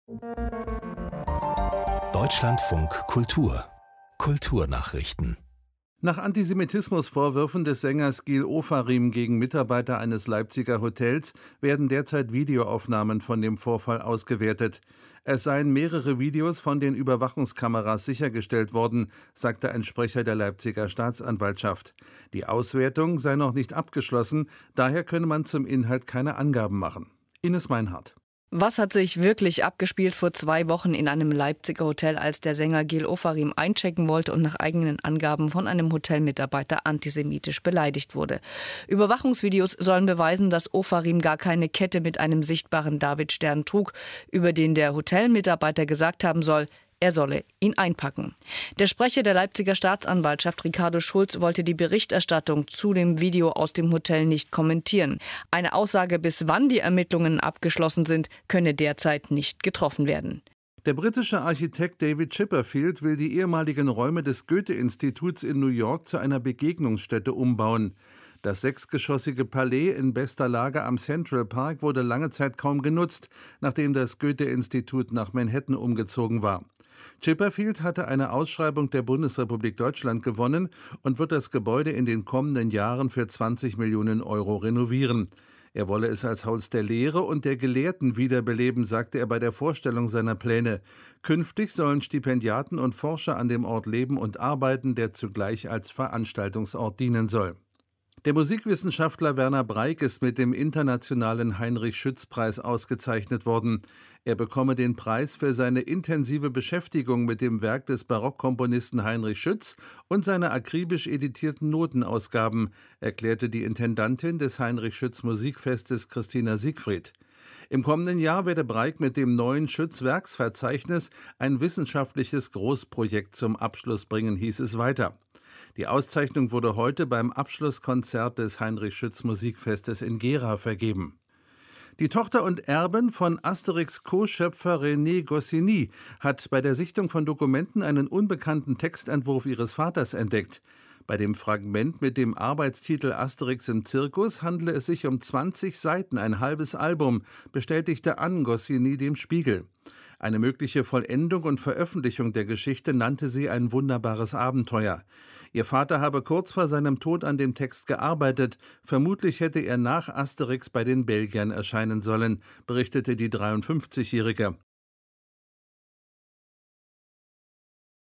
Deutschlandfunk Kultur Kulturnachrichten. Nach Antisemitismusvorwürfen des Sängers Gil Ofarim gegen Mitarbeiter eines Leipziger Hotels werden derzeit Videoaufnahmen von dem Vorfall ausgewertet. Es seien mehrere Videos von den Überwachungskameras sichergestellt worden, sagte ein Sprecher der Leipziger Staatsanwaltschaft. Die Auswertung sei noch nicht abgeschlossen, daher könne man zum Inhalt keine Angaben machen. Ines Meinhardt. Was hat sich wirklich abgespielt vor 2 Wochen in einem Leipziger Hotel, als der Sänger Gil Ofarim einchecken wollte und nach eigenen Angaben von einem Hotelmitarbeiter antisemitisch beleidigt wurde? Überwachungsvideos sollen beweisen, dass Ofarim gar keine Kette mit einem sichtbaren Davidstern trug, über den der Hotelmitarbeiter gesagt haben soll, er solle ihn einpacken. Der Sprecher der Leipziger Staatsanwaltschaft, Ricardo Schulz, wollte die Berichterstattung zu dem Video aus dem Hotel nicht kommentieren. Eine Aussage, bis wann die Ermittlungen abgeschlossen sind, könne derzeit nicht getroffen werden. Der britische Architekt David Chipperfield will die ehemaligen Räume des Goethe-Instituts in New York zu einer Begegnungsstätte umbauen. Das 6-geschossige Palais in bester Lage am Central Park wurde lange Zeit kaum genutzt, nachdem das Goethe-Institut nach Manhattan umgezogen war. Chipperfield hatte eine Ausschreibung der Bundesrepublik Deutschland gewonnen und wird das Gebäude in den kommenden Jahren für 20 Millionen Euro renovieren. Er wolle es als Haus der Lehre und der Gelehrten wiederbeleben, sagte er bei der Vorstellung seiner Pläne. Künftig sollen Stipendiaten und Forscher an dem Ort leben und arbeiten, der zugleich als Veranstaltungsort dienen soll. Der Musikwissenschaftler Werner Breik ist mit dem internationalen Heinrich-Schütz-Preis ausgezeichnet worden. Er bekomme den Preis für seine intensive Beschäftigung mit dem Werk des Barockkomponisten Heinrich Schütz und seine akribisch editierten Notenausgaben, erklärte die Intendantin des Heinrich-Schütz-Musikfestes Christina Siegfried. Im kommenden Jahr werde Breik mit dem neuen Schütz-Werksverzeichnis ein wissenschaftliches Großprojekt zum Abschluss bringen, hieß es weiter. Die Auszeichnung wurde heute beim Abschlusskonzert des Heinrich-Schütz-Musikfestes in Gera vergeben. Die Tochter und Erbin von Asterix Co-Schöpfer René Goscinny hat bei der Sichtung von Dokumenten einen unbekannten Textentwurf ihres Vaters entdeckt. Bei dem Fragment mit dem Arbeitstitel Asterix im Zirkus handle es sich um 20 Seiten, ein halbes Album, bestätigte Anne Goscinny dem Spiegel. Eine mögliche Vollendung und Veröffentlichung der Geschichte nannte sie ein wunderbares Abenteuer. Ihr Vater habe kurz vor seinem Tod an dem Text gearbeitet. Vermutlich hätte er nach Asterix bei den Belgiern erscheinen sollen, berichtete die 53-Jährige.